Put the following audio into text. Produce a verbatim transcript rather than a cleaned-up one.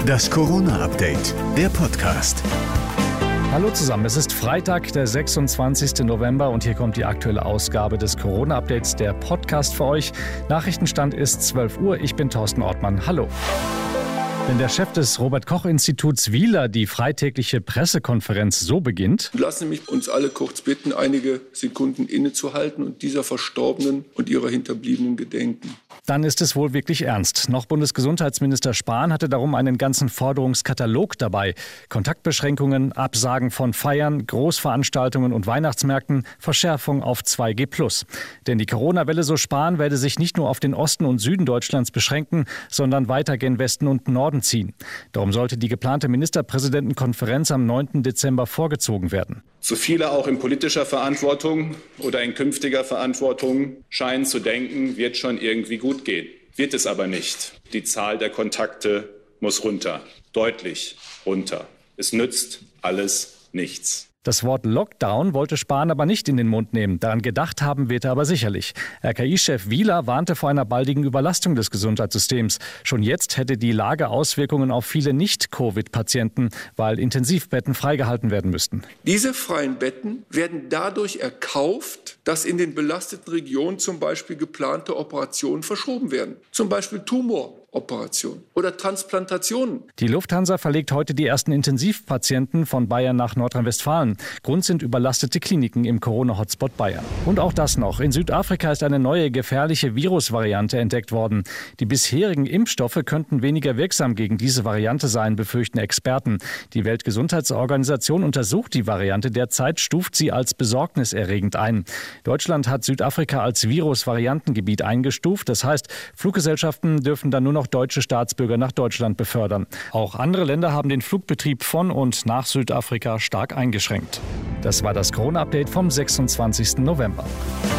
Das Corona-Update, der Podcast. Hallo zusammen, es ist Freitag, der sechsundzwanzigsten November und hier kommt die aktuelle Ausgabe des Corona-Updates, der Podcast für euch. Nachrichtenstand ist zwölf Uhr, ich bin Thorsten Ortmann. Hallo. Wenn der Chef des Robert-Koch-Instituts Wieler die freitägliche Pressekonferenz so beginnt: Lassen Sie mich uns alle kurz bitten, einige Sekunden innezuhalten und dieser Verstorbenen und ihrer Hinterbliebenen gedenken. Dann ist es wohl wirklich ernst. Noch Bundesgesundheitsminister Spahn hatte darum einen ganzen Forderungskatalog dabei. Kontaktbeschränkungen, Absagen von Feiern, Großveranstaltungen und Weihnachtsmärkten, Verschärfung auf zwei G plus. Denn die Corona-Welle, so Spahn, werde sich nicht nur auf den Osten und Süden Deutschlands beschränken, sondern weiter gen Westen und Norden ziehen. Darum sollte die geplante Ministerpräsidentenkonferenz am neunten Dezember vorgezogen werden. Zu viele auch in politischer Verantwortung oder in künftiger Verantwortung scheinen zu denken, wird schon irgendwie gut gehen. Wird es aber nicht. Die Zahl der Kontakte muss runter, deutlich runter. Es nützt alles nichts. Das Wort Lockdown wollte Spahn aber nicht in den Mund nehmen. Daran gedacht haben wird er aber sicherlich. R K I-Chef Wieler warnte vor einer baldigen Überlastung des Gesundheitssystems. Schon jetzt hätte die Lage Auswirkungen auf viele Nicht-Covid-Patienten, weil Intensivbetten freigehalten werden müssten. Diese freien Betten werden dadurch erkauft, dass in den belasteten Regionen zum Beispiel geplante Operationen verschoben werden. Zum Beispiel Tumoroperationen oder Transplantationen. Die Lufthansa verlegt heute die ersten Intensivpatienten von Bayern nach Nordrhein-Westfalen. Grund sind überlastete Kliniken im Corona-Hotspot Bayern. Und auch das noch. In Südafrika ist eine neue gefährliche Virusvariante entdeckt worden. Die bisherigen Impfstoffe könnten weniger wirksam gegen diese Variante sein, befürchten Experten. Die Weltgesundheitsorganisation untersucht die Variante derzeit, stuft sie als besorgniserregend ein. Deutschland hat Südafrika als Virusvariantengebiet eingestuft. Das heißt, Fluggesellschaften dürfen dann nur noch deutsche Staatsbürger nach Deutschland befördern. Auch andere Länder haben den Flugbetrieb von und nach Südafrika stark eingeschränkt. Das war das Corona-Update vom sechsundzwanzigsten November.